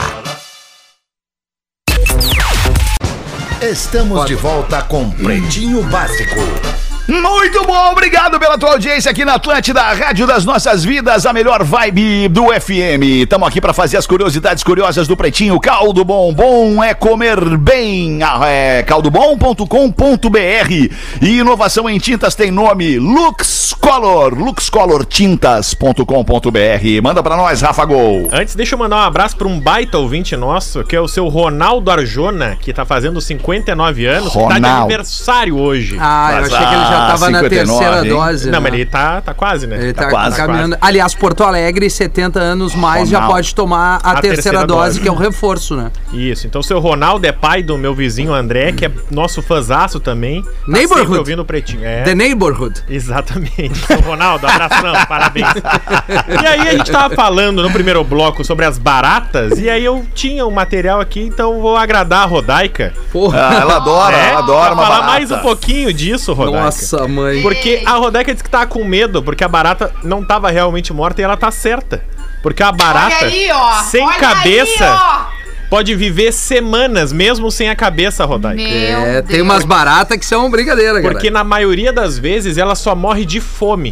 Estamos de volta com Pretinho Básico. Muito bom, obrigado pela tua audiência aqui na Atlântida, a rádio das nossas vidas, a melhor vibe do F M. Estamos aqui para fazer as curiosidades curiosas do Pretinho. Caldo Bom, bom é comer bem. Ah, é caldo bom ponto com ponto b r. E inovação em tintas tem nome Lux Color, lux color tintas ponto com ponto b r. Manda para nós, Rafa Gol. Antes, deixa eu mandar um abraço para um baita ouvinte nosso, que é o seu Ronaldo Arjona, que tá fazendo cinquenta e nove anos, que tá de Ronaldo. aniversário hoje. Ah, eu Mas, achei que ele já ah, tava na cinquenta e nove, terceira hein? dose. Não, né? mas ele tá, tá quase, né? Ele tá, quase, caminhando. Aliás, Porto Alegre, setenta anos mais, já Ronaldo. pode tomar a, A terceira, terceira dose, dose. que é o reforço, né? Isso, então o seu Ronaldo é pai do meu vizinho André, que é nosso fãzaço também. Tá Neighborhood. sempre ouvindo o Pretinho. É. The Neighborhood. Exatamente. Seu Ronaldo, abração, parabéns. E aí a gente tava falando no primeiro bloco sobre as baratas, e aí eu tinha um material aqui, então vou agradar a Rodaica. Porra. Ah, ela adora, É, ela adora pra uma falar barata. mais um pouquinho disso, Rodaica. Nossa, mãe. Porque a Rodaica disse que tava com medo, porque a barata não tava realmente morta e ela tá certa. Porque a barata, Olha aí, ó. sem Olha cabeça, aí, ó. pode viver semanas, mesmo sem a cabeça, Rodaica. Meu É, tem Deus. umas baratas que são brincadeira, cara. Porque na maioria das vezes ela só morre de fome.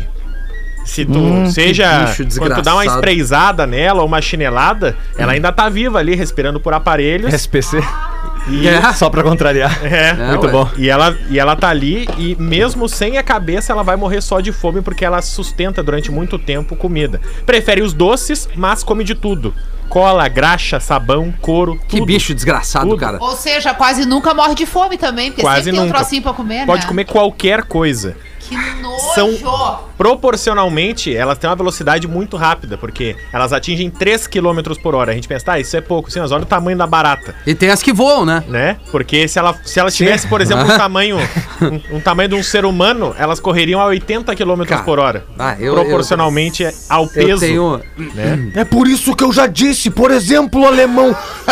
Se tu, Hum, seja, que bicho quando tu dá uma desgraçado. espreizada nela ou uma chinelada, ela ainda tá viva ali, respirando por aparelhos. S P C. E, É. Só pra contrariar. é, Muito ué. bom. E ela, e ela tá ali e mesmo sem a cabeça ela vai morrer só de fome porque ela sustenta durante muito tempo comida. Prefere os doces, mas come de tudo. Cola, graxa, sabão, couro, Que tudo. bicho desgraçado, Tudo. cara. Ou seja, quase nunca morre de fome também, porque Quase sempre tem um nunca. trocinho pra comer, Pode né? comer qualquer coisa. Que nojo! São proporcionalmente, elas têm uma velocidade muito rápida, porque elas atingem três quilômetros por hora. A gente pensa, tá, isso é pouco, sim, mas olha o tamanho da barata, E tem as que voam, né? né? Porque se ela, se ela tivesse, por exemplo, um tamanho um, um tamanho de um ser humano, elas correriam a oitenta quilômetros Cara, por hora. ah, eu- proporcionalmente ao Eu peso. tenho... Né? É por isso que eu já disse, por exemplo, alemão,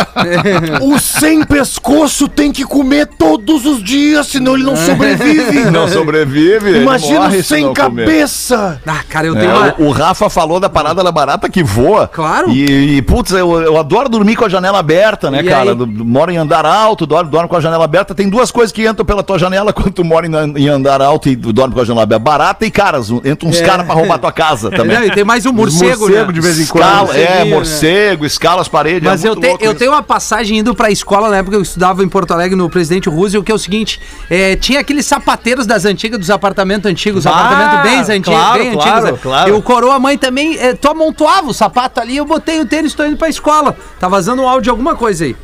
o sem pescoço tem que comer todos os dias, senão ele não sobrevive. Não sobrevive, ele Imagina morre o se sem não comer. cabeça. Nossa! Ah, cara, eu É, tenho uma... o, o Rafa falou da parada da barata que voa. Claro. E, e, putz, eu, eu adoro dormir com a janela aberta, né, E cara? aí? Do- do- Moro em andar alto, dormo, dormo com a janela aberta. Tem duas coisas que entram pela tua janela quando tu mora em, em andar alto e dorme com a janela aberta. Barata e caras. Entra uns É. caras pra roubar tua casa também. Não, e tem mais um morcego, morcego né? de vez em quando. Escala, é, morceguinho, né? morcego, escala as paredes. Mas é eu, muito te- louco eu isso. tenho uma passagem indo pra escola na época que eu estudava em Porto Alegre no Presidente Roosevelt, que é o seguinte: é, tinha aqueles sapateiros das antigas, dos apartamentos antigos, Ah, apartamentos bem antigos, claro, bem claro, antigos. né? claro. E o coroa mãe também, é, tu amontoava o sapato ali, eu botei o tênis, tô indo pra escola. Tá vazando um áudio de alguma coisa aí.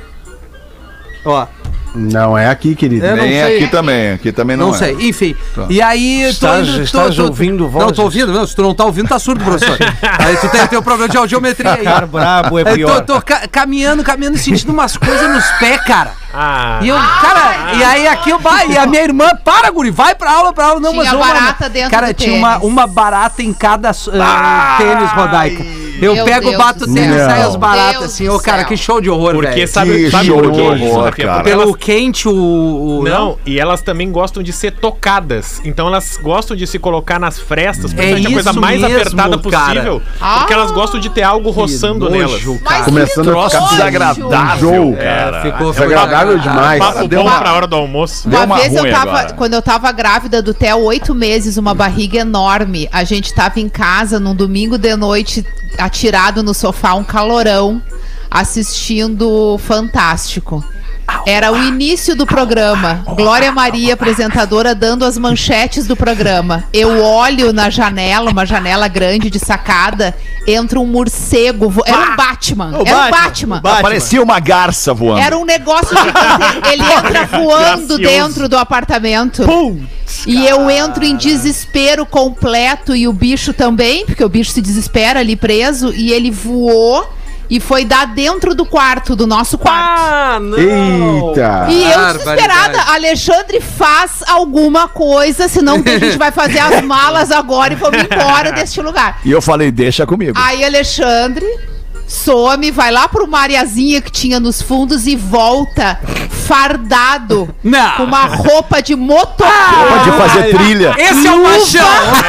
Ó. Não é aqui, querido. Eu não Nem sei. aqui também, aqui também não, Não é. sei, enfim. Tá. E aí, Estás- estás ouvindo Não, vozes? tô ouvindo, não. Se tu não tá ouvindo, tá surdo, professor. Aí tu tem, tem um problema de geometria aí. Cara brabo é Aí pior. tô, tô ca- caminhando, caminhando e sentindo umas coisas nos pés, cara. Ah, E eu, cara, e aí aqui eu vai, e a minha irmã, para, guri, vai pra aula, pra aula, não, Tinha mas ô, barata mano, dentro cara, do tinha uma, tênis. uma barata em cada uh, tênis, Rodaica. Eu Meu pego, Deus bato o do tênis e céu. sai as baratas, Deus assim, do ô, cara, céu. que show de horror, porque velho. sabe, Que sabe show por de quê, horror, Rafinha? cara. Porque Pelo elas- quente, o... o- Não, e elas também gostam de ser tocadas. Então elas gostam de se colocar nas frestas, É principalmente a coisa isso mais mesmo, apertada cara. possível. Ah. Porque elas gostam de ter algo roçando nojo, nelas. Mas Começando que a ficar nojo. desagradável, É, cara. ficou Desagradável demais. Papo Deu bom uma- pra hora do almoço. Deu Uma uma vez eu ruim tava, agora. quando eu tava grávida do Theo, oito meses, uma barriga enorme. A gente tava em casa num domingo de noite, atirado no sofá, um calorão, assistindo Fantástico. Era o início do programa. Glória Maria, apresentadora, dando as manchetes do programa. Eu olho na janela, uma janela grande de sacada, entra um morcego. vo- Era um Batman. O Era um Batman, Batman. o Batman. Parecia uma garça voando. Era um negócio gigante. Ele entra voando Gracioso. dentro do apartamento. E eu entro em desespero completo e o bicho também, porque o bicho se desespera ali preso, e ele voou e foi dar dentro do quarto, do nosso quarto. Ah, não! Eita! E eu Barbaridade. desesperada, Alexandre, faz alguma coisa, senão a gente vai fazer as malas agora e vamos embora deste lugar. E eu falei, deixa comigo. Aí Alexandre some, vai lá pro uma areazinha que tinha nos fundos e volta fardado Não. com uma roupa de motoqueiro. Pode fazer trilha. Esse é o machão!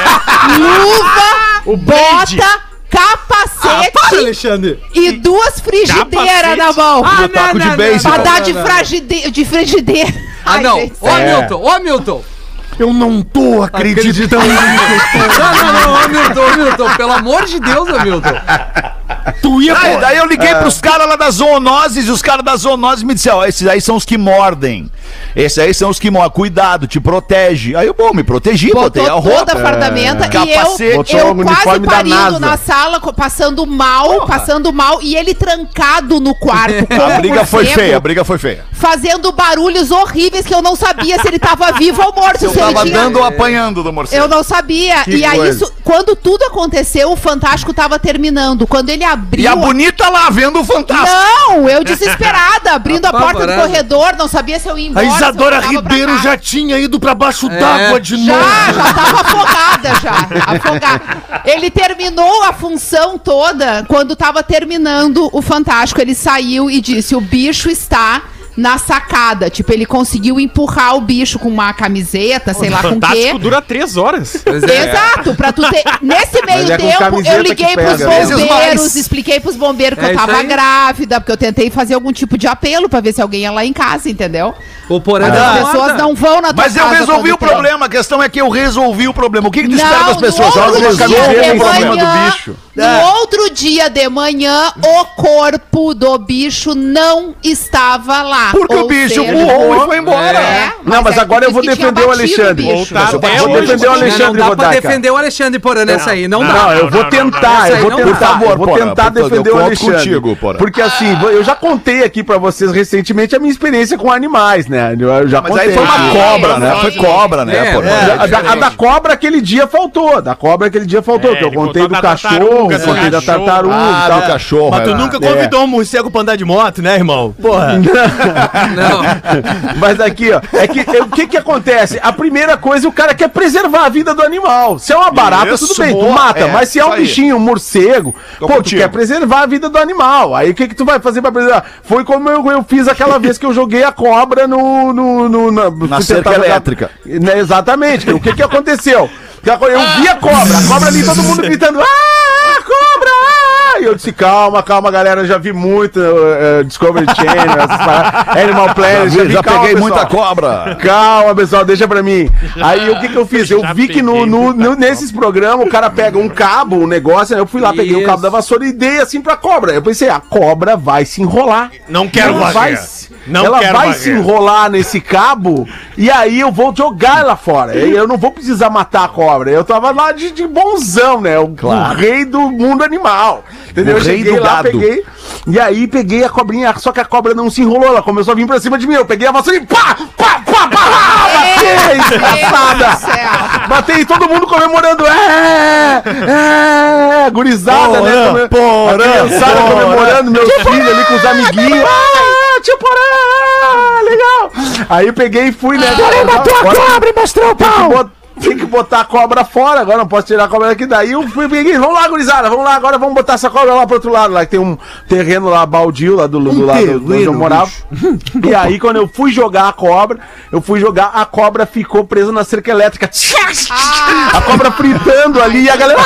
Luva, bota, capacete Para, Alexandre! e duas frigideiras na mão. Ah, taco de beisebol. Pra dar de, fragide... de frigideira. Ah, Ai, não! gente. Ô, Milton! Ô, Milton! Eu não tô acreditando. Não, não, não, ô, Milton, ô, Milton, pelo amor de Deus, ô, Milton! Tu ia Aí, daí eu liguei pros caras lá das zoonoses e os caras das zoonoses me disseram, ó, esses aí são os que mordem. Esses aí são os que mordem. Cuidado, te protege. Aí eu, bom, me protegi, botei a Botou roupa. toda a fardamenta e capacete. eu, Botou eu o quase uniforme da parindo NASA. na sala, co- passando mal, passando mal, e ele trancado no quarto. como A briga foi morcego, feia, a briga foi feia. Fazendo barulhos horríveis que eu não sabia se ele tava vivo ou morto. Eu se ele tava tinha... dando ou apanhando do morcego. Eu não sabia. Que e aí, coisa. isso, quando tudo aconteceu, o Fantástico tava terminando. Quando ele abriu. E a bonita lá, vendo o Fantástico. Não, eu desesperada, abrindo a porta do Apavorada. corredor, não sabia se eu ia A embora. se eu Isadora voltava pra Ribeiro casa. já tinha ido pra baixo d'água de novo. Já, já tava afogada já, afogada. Ele terminou a função toda quando tava terminando o Fantástico. Ele saiu e disse: o bicho está na sacada. Tipo, ele conseguiu empurrar o bicho com uma camiseta, sei lá com o Fantástico quê. dura três horas. Pois é. Exato, pra tu ter. Nesse meio é com tempo, camiseta eu que liguei pega, pros né? Vezes bombeiros, mais. expliquei pros bombeiros que É eu isso tava aí. grávida, porque eu tentei fazer algum tipo de apelo pra ver se alguém ia lá em casa, entendeu? O porão As da pessoas não vão na tua Mas eu casa resolvi quando o tem. problema, a questão é que eu resolvi o problema. O que, que tu espera Não, das pessoas? no Elas outro vão dia ficar de em cima do manhã, bicho. no outro dia de manhã, o corpo do bicho não estava lá. Porque Ou o bicho seja, voou e foi embora. É, Não, mas é agora que eu vou diz que tinha defender o batido Alexandre. bicho. Voltar até Vou hoje. defender o Não, não Alexandre dá pra Rodaica. defender o Alexandre Porã nessa aí, não, Não, dá. eu vou não, tentar, não, eu vou não, tentar, por favor, eu vou Porã, tentar por favor, defender eu o conto Alexandre. contigo, Porã. Porque assim, eu já contei aqui pra vocês recentemente a minha experiência com animais, né? Eu já Mas contei. aí foi uma aqui. cobra, né? Foi cobra, né? É, pô? é, É, a, da, a da cobra aquele dia faltou. Da cobra aquele dia faltou. É, que eu ele contei contou do da cachorro, cachorro, contei da tartaruga Ah, e tal. do cachorro. Mas tu é. nunca convidou um morcego pra andar de moto, né, irmão? Porra. Não. Mas aqui, ó, é que é, o que que acontece? A primeira coisa, o cara quer preservar a vida do animal. Se é uma barata, Isso, tudo bem, tu boa. mata. É, mas se é um isso aí. bichinho, um morcego, Tô pô, tu contigo. quer preservar a vida do animal. Aí o que que tu vai fazer pra preservar? Foi como eu, eu fiz aquela vez que eu joguei a cobra no... no, no na Na fui cerca tentar jogar- elétrica. Né, exatamente. O que que aconteceu? Eu vi a cobra, a cobra ali, todo mundo gritando, ah, cobra! ah!" E eu disse, calma, calma, galera, eu já vi muito uh, Discovery Channel, essas paradas, Animal Planet, já, Já, vi, já calma, peguei pessoal. muita cobra. Calma, pessoal, deixa pra mim. Aí o que que eu fiz? Eu Já vi que no, peguei no- muita no- nesses programas o cara pega um cabo, um negócio, aí eu fui lá, peguei o Isso. cabo da vassoura e dei assim pra cobra. Eu pensei, a cobra vai se enrolar. Não quero ela varrer. vai, se- Não ela quero vai varrer. se enrolar nesse cabo e aí eu vou jogar ela fora. Eu eu não vou precisar matar a cobra. Eu tava lá de, de bonzão, né? O, o rei do mundo animal. Entendeu? O Eu rei cheguei do lá, gado. peguei. E aí peguei a cobrinha, só que a cobra não se enrolou, ela começou a vir pra cima de mim. Eu peguei a vassoura e pá, pá, pá, pá, batei, desgraçada. Batei e todo mundo comemorando. É, é, gurizada, né? Come- porã, a criançada porã. comemorando, meus filhos ali com os amiguinhos. Ah, tio Porã, legal. Aí eu peguei e fui, né? Porém, matou a cobra e mostrou o pau. Tem que botar a cobra fora, agora não posso tirar a cobra daqui. Daí eu fui, peguei, vamos lá, gurizada, vamos lá, agora vamos botar essa cobra lá pro outro lado, lá que tem um terreno lá, baldio, lá do, do lado do onde eu morava. E aí, quando eu fui jogar a cobra, eu fui jogar, a cobra ficou presa na cerca elétrica. A cobra fritando ali e a galera.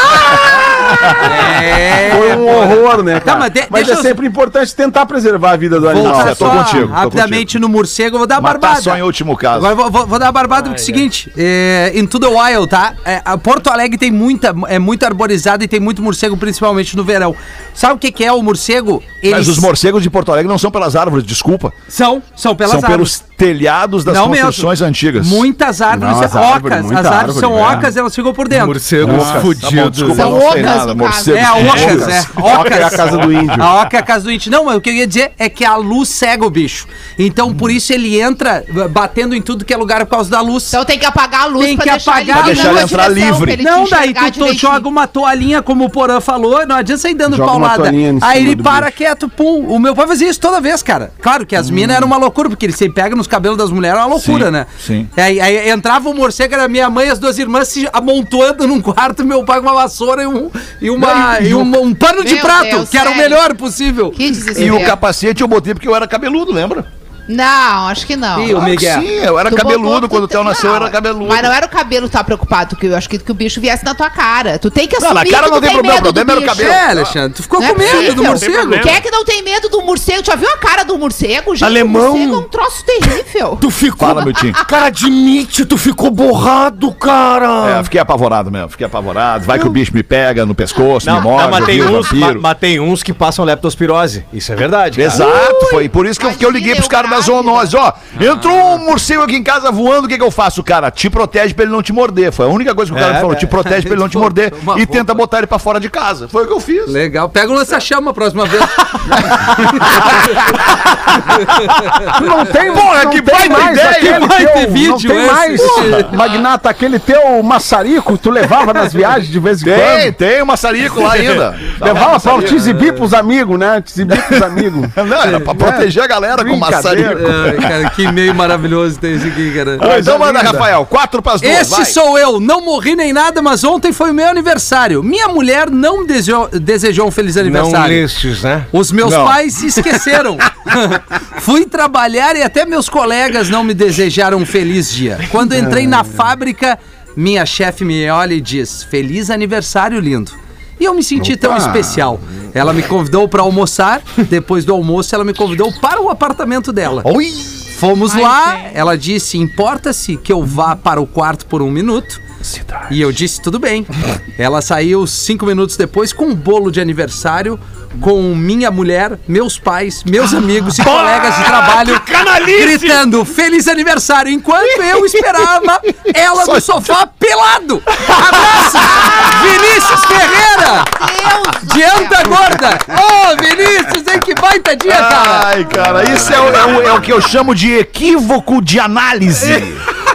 É. Foi um horror, né, cara? Tá, mas de- mas deixa é eu- sempre importante tentar preservar a vida do animal. Voltar eu tô só contigo, tô rapidamente no morcego, eu vou dar a Matar barbada. só em último caso. Agora eu vou, vou- vou dar a barbada porque é o seguinte, é, Into the Wild, tá? É, a Porto Alegre tem muita, é muito arborizado e tem muito morcego, principalmente no verão. Sabe o que, que é o morcego? Mas os morcegos de Porto Alegre não são pelas árvores, desculpa. são, são pelas são árvores. pelos telhados das Não construções mesmo. antigas. Muitas árvores, Não, as ocas. árvores, muita as árvores árvore, são é. ocas, elas ficam por dentro. Morcegos Tá bom, fudidos. desculpa, São não sei ocas, nada. no Morcegos É, a ocas, fudidos. é. Oca é a casa do índio. A oca é a casa do índio. Não, mas o que eu ia dizer é que a luz cega o bicho. Então, por isso ele entra uh, batendo em tudo que é lugar por causa da luz. Então tem que apagar a luz Tem pra que deixar apagar, ele, pra deixar na ele entrar direção, livre. pra ele te Não, daí enxergar tu, tu direitinho. joga uma toalhinha, como o Porã falou, não adianta sair dando Joga uma paulada. toalhinha em Aí cima ele do para bicho. quieto, pum. O meu pai fazia isso toda vez, cara. Claro que as minas eram uma loucura, porque ele sempre pega nos cabelos das mulheres, é uma loucura, Sim, né? sim. Aí, aí entrava o morcego, era minha mãe e as duas irmãs se amontoando num quarto, meu pai com uma vassoura e um, e uma, e um, um pano de Meu prato, Deus, que era o sério? melhor possível. Que E desespero. o capacete eu botei porque eu era cabeludo, lembra? Não, acho que não. Ih, o Claro que Miguel. sim, eu era Tu cabeludo. botou- Quando o tu- Theo nasceu, eu não, era cabeludo. Mas não era o cabelo que tá preocupado, que eu acho que, que o bicho viesse na tua cara. Tu tem que Não, assumir na cara que não tu tem problema, medo o problema do era o bicho. cabelo. É, Alexandre, tu ficou Não com é medo possível. do morcego? Quem é que não tem medo do morcego? Já viu a cara do morcego? Gente, Alemão. o morcego é um troço terrível. Tu ficou. Fala, meu time. Cara, admite, tu ficou borrado, cara. É, fiquei apavorado mesmo, fiquei apavorado. Vai que o bicho me pega no pescoço, me Não, morde, não, mas, eu tem viro uns, vampiro. ma- mas tem uns que passam leptospirose. Isso é verdade. cara. Exato, foi por isso que eu, que eu liguei Imagina, pros caras da eu zoonose. Ó, entrou um morcego aqui em casa voando, o que que eu faço, cara? Te protege pra ele não te morder. Foi a única coisa que o cara É, me falou. é. Te protege pra ele não te morder Uma e roupa. tenta botar ele pra fora de casa. Foi o que eu fiz. Legal, pega o lança-chama a próxima vez. Não tem, Porra, não que tem baita mais ideia, aquele vai teu, ter vídeo não tem esse. mais, Magnata, aquele teu maçarico, tu levava nas viagens de vez em Tem, quando? tem um maçarico lá ainda. Levava pra Maçarico. te exibir pros amigos, né? Te exibir pros amigos. Não, era pra proteger a galera com Brincadeira. maçarico. Ai, cara, que meio maravilhoso tem esse aqui, cara. Ah, então manda, linda. Rafael, quatro pras duas, Esse vai. sou eu, não morri nem nada, mas ontem foi o meu aniversário. Minha mulher não me desejou, desejou um feliz Não aniversário. lestes, né? Os meus Não. pais se esqueceram. Fui trabalhar e até meus colegas não me desejaram um feliz dia. Quando entrei na fábrica, minha chefe me olha e diz: "Feliz aniversário, lindo." E eu me senti tão especial. Ela me convidou para almoçar. Depois do almoço, ela me convidou para o apartamento dela. Oi. Fomos Ai, lá, gente. ela disse: "Importa-se que eu vá para o quarto por um minuto?" E eu disse: "Tudo bem." Ela saiu cinco minutos depois com um bolo de aniversário com minha mulher, meus pais, meus amigos e colegas de trabalho gritando "Feliz aniversário", enquanto eu esperava ela no sofá pelado. Abraço! Vinícius Ferreira! Deus do De céu. anta gorda! Ô, Vinícius, hein? Que baita dia, cara! Ai, cara, isso é, o- é o, é o que eu chamo de equívoco de análise.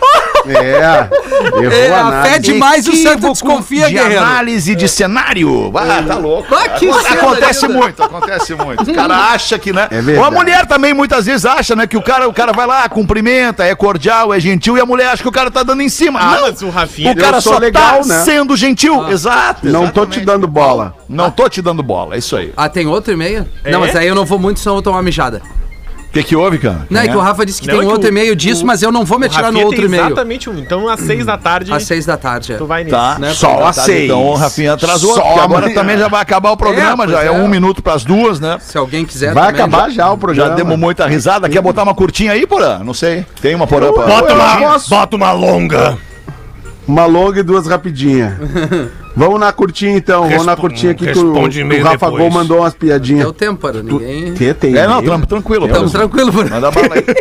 É, errou É, a a fé análise. demais o Santos Equívoco desconfia, de Guerreiro. análise de cenário. Ah, tá louco. Ah, que Aconte- cena acontece linda. muito, acontece muito. O cara acha que, né? É verdade. Ou a mulher também muitas vezes acha, né? Que o cara, o cara vai lá, cumprimenta, é cordial, é gentil, e a mulher acha que o cara tá dando em cima. Ah, Não, mas o Rafinha... o cara eu sou só legal, tá né? sendo gentil. Exato. Não tô exatamente. te dando bola. Não tô te dando bola, é isso aí. Ah, tem outro e-mail? É? Não, mas aí eu não vou muito, senão eu vou tomar uma mijada. O que que houve, cara? Não, é que o Rafa disse que Não, tem é que outro o- e-mail disso, o- mas eu não vou me O atirar no Rafinha outro tem e-mail. exatamente um. Então, às seis da tarde, Às seis da tarde. é. tu vai nisso. Tá, né? só Tá, às seis. Então o Rafinha atrasou, Só porque agora amanhã. também já vai acabar o programa, É, já pois é, é. um minuto pras duas, né? Se alguém quiser Vai também, acabar já o Já programa. demos muita risada. Quer botar uma curtinha aí, Porã? Não sei. Tem uma Porã pra... Bota uma- Bota uma longa. Uma longa e duas rapidinhas. Vamos na curtinha então, vamos na Respo- curtinha aqui que o, responde que e-mail o Rafa depois. Gol mandou umas Deu piadinhas. tempo, para ninguém. Que tem? É, não, e-mail? tran- tranquilo. Então, Porã. tranquilo, por Manda bala aí.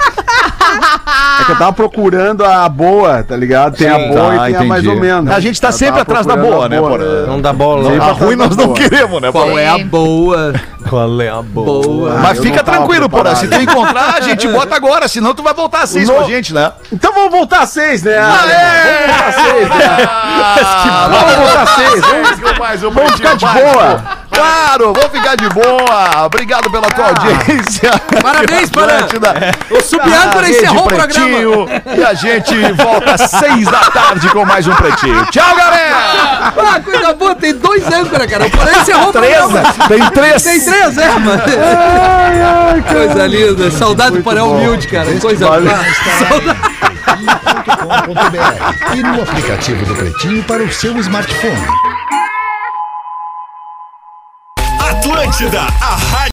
É que eu tava procurando a boa, tá ligado? Tem a Sim, boa tá, e tem a mais ou entendi. menos. A gente tá Eu sempre tava atrás da procurando boa, a né, Porã? Não dá bola. Sempre A atrás ruim da nós não boa. queremos, né, Qual Porã? é a boa? Qual é a boa? Boa. Mas eu fica não tava tranquilo, Porã. Se tu preparado. encontrar, a gente bota agora, senão tu vai voltar às seis No- com a gente, né? Então vamos voltar a seis, né? Aê! Vamos voltar a seis, né? Vamos voltar a seis. Vamos, mais um vamos ficar de Pretinho boa. Básico. Claro, vou ficar de boa. Obrigado pela tua audiência. Parabéns, Porã. Atlântida. O Subiâncora Rede encerrou o programa. Pretinho. E a gente volta às seis da tarde com mais um Pretinho. Tchau, galera! Ah, coisa boa, tem dois âncoras, cara. O Porã encerrou o Três, programa. né? Tem três. Tem três, é, mano. Coisa linda. Saudade do Porã humilde, cara. Coisa boa. Saudade. ponto com ponto br e no aplicativo do Pretinho para o seu smartphone. Atlântida, a